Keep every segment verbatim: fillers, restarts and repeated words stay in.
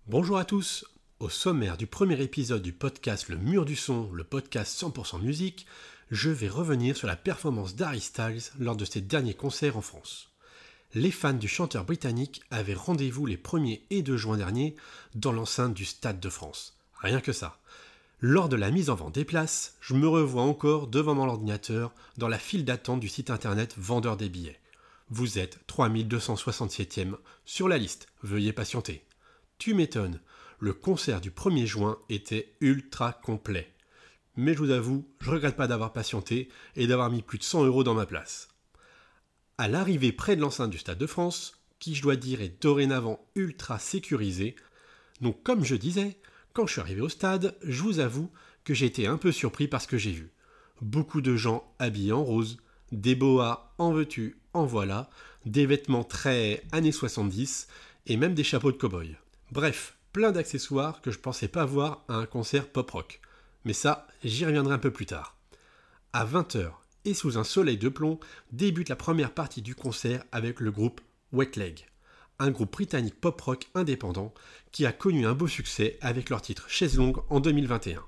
Bonjour à tous. Au sommaire du premier épisode du podcast Le Mur du Son, le podcast cent pour cent musique, je vais revenir sur la performance d'Harry Styles lors de ses derniers concerts en France. Les fans du chanteur britannique avaient rendez-vous les premier et deux juin dernier dans l'enceinte du Stade de France. Rien que ça. Lors de la mise en vente des places, je me revois encore devant mon ordinateur dans la file d'attente du site internet vendeur des billets. Vous êtes trois mille deux cent soixante-septième sur la liste, veuillez patienter. Tu m'étonnes, le concert du premier juin était ultra complet. Mais je vous avoue, je regrette pas d'avoir patienté et d'avoir mis plus de cent euros dans ma place. À l'arrivée près de l'enceinte du Stade de France, qui je dois dire est dorénavant ultra sécurisé, donc comme je disais, quand je suis arrivé au stade, je vous avoue que j'ai été un peu surpris par ce que j'ai vu. Beaucoup de gens habillés en rose, des boas en veux-tu, en voilà, des vêtements très années soixante-dix et même des chapeaux de cow-boy. Bref, plein d'accessoires que je pensais pas voir à un concert pop-rock. Mais ça, j'y reviendrai un peu plus tard. À vingt heures, et sous un soleil de plomb, débute la première partie du concert avec le groupe Wet Leg, un groupe britannique pop-rock indépendant qui a connu un beau succès avec leur titre Chaise Longue en deux mille vingt et un.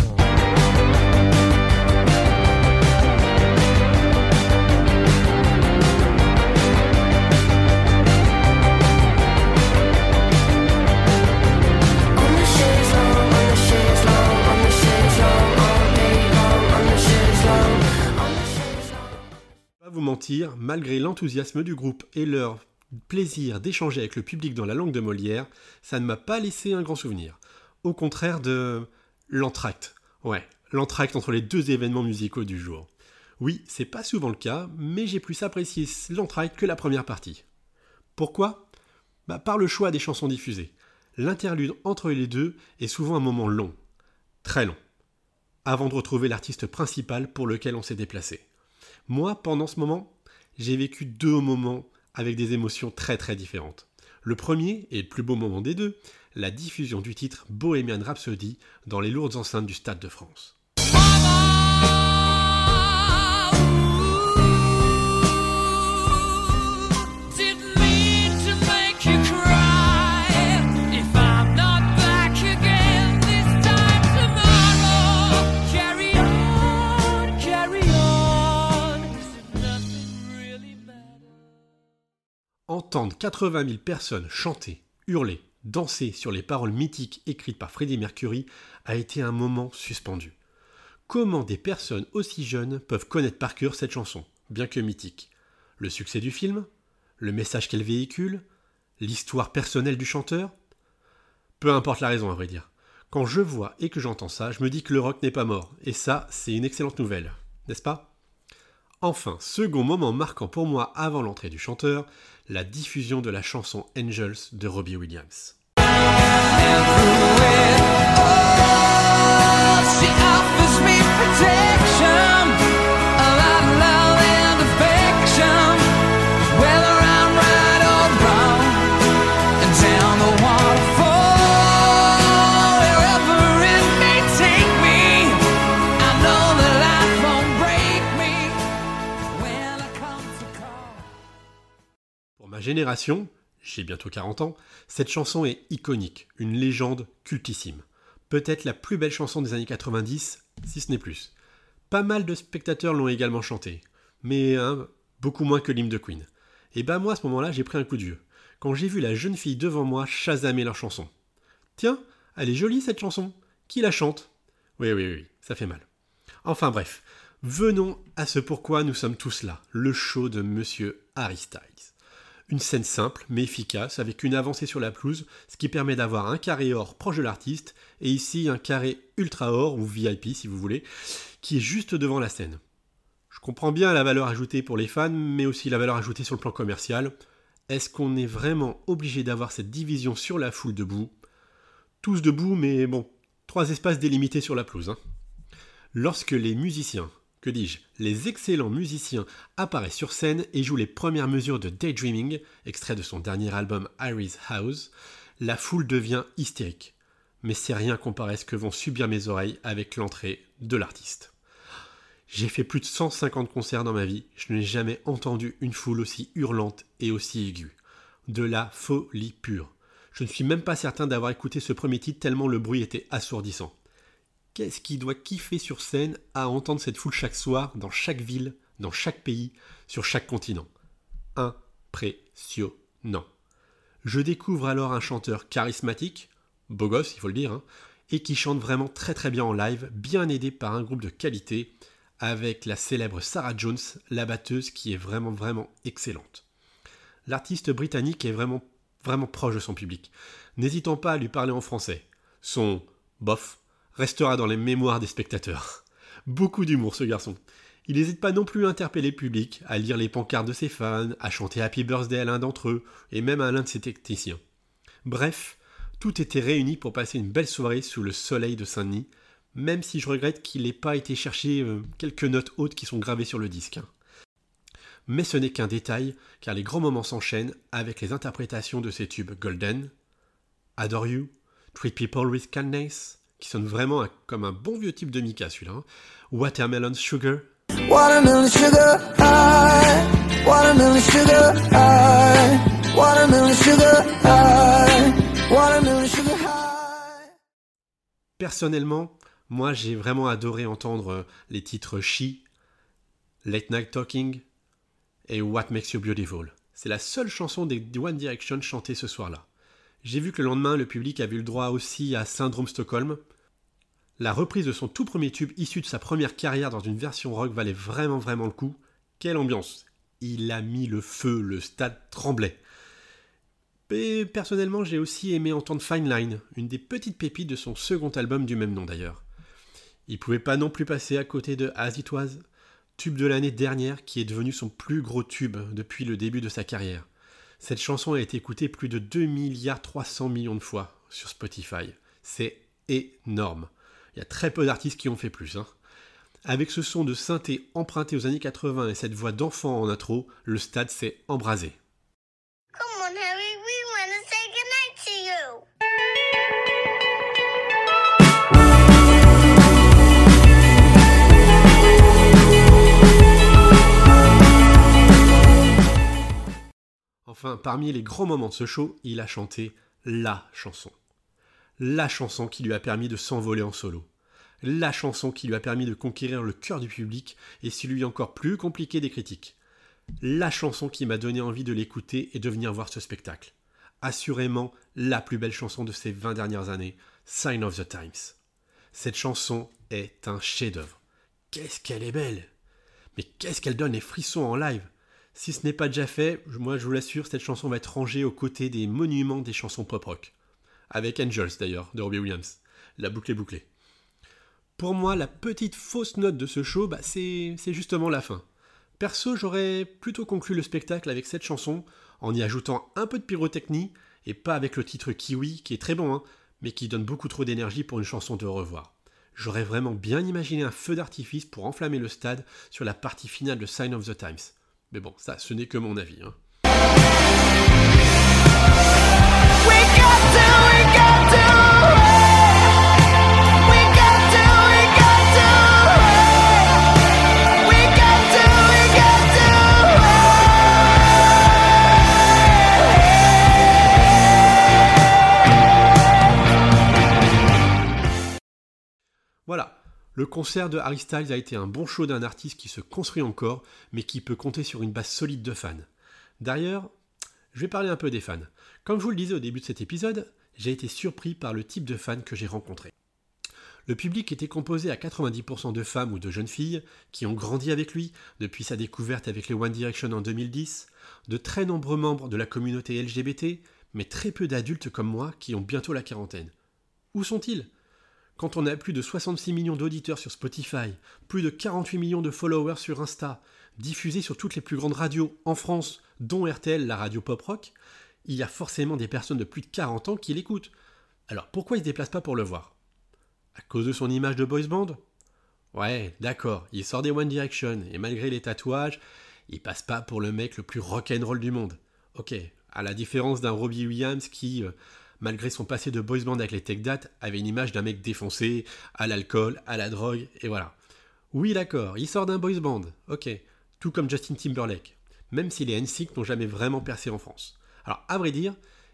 Vous mentir, malgré l'enthousiasme du groupe et leur plaisir d'échanger avec le public dans la langue de Molière, ça ne m'a pas laissé un grand souvenir. Au contraire de l'entracte. Ouais, l'entracte entre les deux événements musicaux du jour. Oui, c'est pas souvent le cas, mais j'ai plus apprécié l'entracte que la première partie. Pourquoi ? Bah, par le choix des chansons diffusées. L'interlude entre les deux est souvent un moment long, très long, avant de retrouver l'artiste principal pour lequel on s'est déplacé. Moi, pendant ce moment, j'ai vécu deux moments avec des émotions très très différentes. Le premier, et le plus beau moment des deux, la diffusion du titre Bohemian Rhapsody dans les lourdes enceintes du Stade de France. Entendre quatre-vingt mille personnes chanter, hurler, danser sur les paroles mythiques écrites par Freddie Mercury a été un moment suspendu. Comment des personnes aussi jeunes peuvent connaître par cœur cette chanson, bien que mythique ? Le succès du film ? Le message qu'elle véhicule ? L'histoire personnelle du chanteur ? Peu importe la raison, à vrai dire. Quand je vois et que j'entends ça, je me dis que le rock n'est pas mort, et ça, c'est une excellente nouvelle, n'est-ce pas ? Enfin, second moment marquant pour moi avant l'entrée du chanteur, la diffusion de la chanson Angels de Robbie Williams. Génération, j'ai bientôt quarante ans, cette chanson est iconique, une légende cultissime. Peut-être la plus belle chanson des années quatre-vingt-dix, si ce n'est plus. Pas mal de spectateurs l'ont également chantée, mais hein, beaucoup moins que l'hymne de Queen. Et ben moi à ce moment-là, j'ai pris un coup de vieux, quand j'ai vu la jeune fille devant moi chasamer leur chanson. Tiens, elle est jolie cette chanson, qui la chante ? Oui, oui, oui, ça fait mal. Enfin bref, venons à ce pourquoi nous sommes tous là, le show de Monsieur Harry Styles. Une scène simple mais efficace avec une avancée sur la pelouse, ce qui permet d'avoir un carré or proche de l'artiste et ici un carré ultra or ou V I P si vous voulez, qui est juste devant la scène. Je comprends bien la valeur ajoutée pour les fans mais aussi la valeur ajoutée sur le plan commercial. Est-ce qu'on est vraiment obligé d'avoir cette division sur la foule debout ? Tous debout mais bon, trois espaces délimités sur la pelouse. Hein. Lorsque les musiciens, que dis-je, les excellents musiciens apparaissent sur scène et jouent les premières mesures de Daydreaming, extrait de son dernier album Harry's House, la foule devient hystérique. Mais c'est rien comparé à ce que vont subir mes oreilles avec l'entrée de l'artiste. J'ai fait plus de cent cinquante concerts dans ma vie, je n'ai jamais entendu une foule aussi hurlante et aussi aiguë. De la folie pure. Je ne suis même pas certain d'avoir écouté ce premier titre tellement le bruit était assourdissant. Qu'est-ce qui doit kiffer sur scène à entendre cette foule chaque soir, dans chaque ville, dans chaque pays, sur chaque continent. Impressionnant. Je découvre alors un chanteur charismatique, beau gosse, il faut le dire, hein, et qui chante vraiment très très bien en live, bien aidé par un groupe de qualité, avec la célèbre Sarah Jones, la batteuse qui est vraiment vraiment excellente. L'artiste britannique est vraiment vraiment proche de son public, n'hésitant pas à lui parler en français. Son bof restera dans les mémoires des spectateurs. Beaucoup d'humour ce garçon. Il n'hésite pas non plus à interpeller le public, à lire les pancartes de ses fans, à chanter Happy Birthday à l'un d'entre eux, et même à l'un de ses techniciens. Bref, tout était réuni pour passer une belle soirée sous le soleil de Saint-Denis, même si je regrette qu'il n'ait pas été chercher euh, quelques notes hautes qui sont gravées sur le disque. Hein. Mais ce n'est qu'un détail, car les grands moments s'enchaînent avec les interprétations de ces tubes Golden, Adore You, Treat People with Kindness, qui sonne vraiment un, comme un bon vieux type de Mika celui-là, hein, Watermelon Sugar, Watermelon sugar high, watermelon sugar high, watermelon sugar high, watermelon sugar high. Personnellement, moi j'ai vraiment adoré entendre les titres She, Late Night Talking et What Makes You Beautiful. C'est la seule chanson des One Direction chantée ce soir-là. J'ai vu que le lendemain, le public avait eu le droit aussi à Syndrome Stockholm. La reprise de son tout premier tube issu de sa première carrière dans une version rock valait vraiment vraiment le coup. Quelle ambiance! Il a mis le feu, le stade tremblait. Et personnellement, j'ai aussi aimé entendre Fine Line, une des petites pépites de son second album du même nom d'ailleurs. Il pouvait pas non plus passer à côté de As It Was, tube de l'année dernière qui est devenu son plus gros tube depuis le début de sa carrière. Cette chanson a été écoutée plus de deux milliards trois cents millions de fois sur Spotify. C'est énorme. Il y a très peu d'artistes qui ont fait plus. Hein. Avec ce son de synthé emprunté aux années quatre-vingts et cette voix d'enfant en intro, le stade s'est embrasé. Come on, Harry, we want to say goodnight to you. Enfin, parmi les grands moments de ce show, il a chanté la chanson. La chanson qui lui a permis de s'envoler en solo. La chanson qui lui a permis de conquérir le cœur du public et celui encore plus compliqué des critiques. La chanson qui m'a donné envie de l'écouter et de venir voir ce spectacle. Assurément la plus belle chanson de ces vingt dernières années, Sign of the Times. Cette chanson est un chef-d'œuvre. Qu'est-ce qu'elle est belle! Mais qu'est-ce qu'elle donne les frissons en live! Si ce n'est pas déjà fait, moi je vous l'assure, cette chanson va être rangée aux côtés des monuments des chansons pop-rock. Avec Angels d'ailleurs, de Robbie Williams. La boucle est bouclée. Pour moi, la petite fausse note de ce show, bah, c'est, c'est justement la fin. Perso, j'aurais plutôt conclu le spectacle avec cette chanson, en y ajoutant un peu de pyrotechnie, et pas avec le titre Kiwi, qui est très bon, hein, mais qui donne beaucoup trop d'énergie pour une chanson de revoir. J'aurais vraiment bien imaginé un feu d'artifice pour enflammer le stade sur la partie finale de Sign of the Times. Mais bon, ça, ce n'est que mon avis. Hein. We got to, we got to, we got to, we got to, we got to, we got to. Voilà. Le concert de Harry Styles a été un bon show d'un artiste qui se construit encore, mais qui peut compter sur une base solide de fans. D'ailleurs, je vais parler un peu des fans. Comme je vous le disais au début de cet épisode, j'ai été surpris par le type de fans que j'ai rencontré. Le public était composé à quatre-vingt-dix pour cent de femmes ou de jeunes filles qui ont grandi avec lui depuis sa découverte avec les One Direction en deux mille dix, de très nombreux membres de la communauté L G B T, mais très peu d'adultes comme moi qui ont bientôt la quarantaine. Où sont-ils ? Quand on a plus de soixante-six millions d'auditeurs sur Spotify, plus de quarante-huit millions de followers sur Insta, diffusés sur toutes les plus grandes radios en France, dont R T L, la radio pop-rock, il y a forcément des personnes de plus de quarante ans qui l'écoutent. Alors pourquoi il ne se déplace pas pour le voir ? À cause de son image de boys band ? Ouais, d'accord, il sort des One Direction, et malgré les tatouages, il passe pas pour le mec le plus rock'n'roll du monde. Ok, à la différence d'un Robbie Williams qui... Euh, malgré son passé de boys band avec les Take That, avait une image d'un mec défoncé, à l'alcool, à la drogue, et voilà. Oui, d'accord, il sort d'un boys band, ok, tout comme Justin Timberlake, même si les N Sync n'ont jamais vraiment percé en France. Alors, à vrai dire,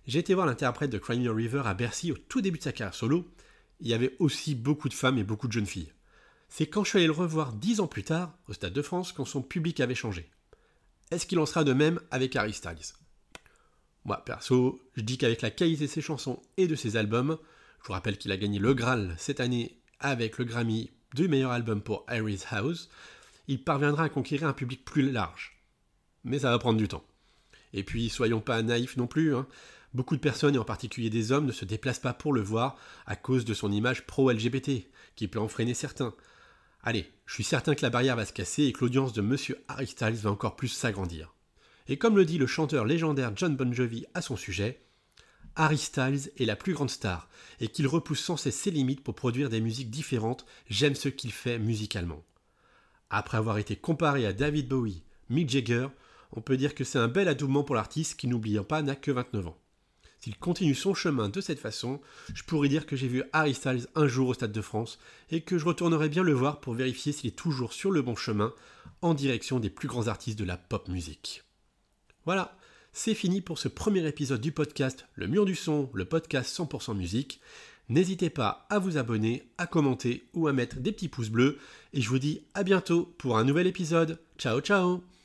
J'ai été voir l'interprète de Cry Me a River à Bercy au tout début de sa carrière solo. Il y avait aussi beaucoup de femmes et beaucoup de jeunes filles. C'est quand je suis allé le revoir dix ans plus tard, au Stade de France, quand son public avait changé. Est-ce qu'il en sera de même avec Harry Styles ? Moi, perso, je dis qu'avec la qualité de ses chansons et de ses albums, je vous rappelle qu'il a gagné le Graal cette année avec le Grammy du meilleur album pour Harry's House, il parviendra à conquérir un public plus large. Mais ça va prendre du temps. Et puis, soyons pas naïfs non plus, hein. Beaucoup de personnes, et en particulier des hommes, ne se déplacent pas pour le voir à cause de son image pro-L G B T, qui peut en freiner certains. Allez, je suis certain que la barrière va se casser et que l'audience de Monsieur Harry Styles va encore plus s'agrandir. Et comme le dit le chanteur légendaire Jon Bon Jovi à son sujet, Harry Styles est la plus grande star, et qu'il repousse sans cesse ses limites pour produire des musiques différentes, j'aime ce qu'il fait musicalement. Après avoir été comparé à David Bowie, Mick Jagger, on peut dire que c'est un bel adoubement pour l'artiste qui, n'oublions pas, n'a que vingt-neuf ans. S'il continue son chemin de cette façon, je pourrais dire que j'ai vu Harry Styles un jour au Stade de France et que je retournerai bien le voir pour vérifier s'il est toujours sur le bon chemin en direction des plus grands artistes de la pop musique. Voilà, c'est fini pour ce premier épisode du podcast Le Mur du Son, le podcast cent pour cent musique. N'hésitez pas à vous abonner, à commenter ou à mettre des petits pouces bleus et je vous dis à bientôt pour un nouvel épisode. Ciao ciao!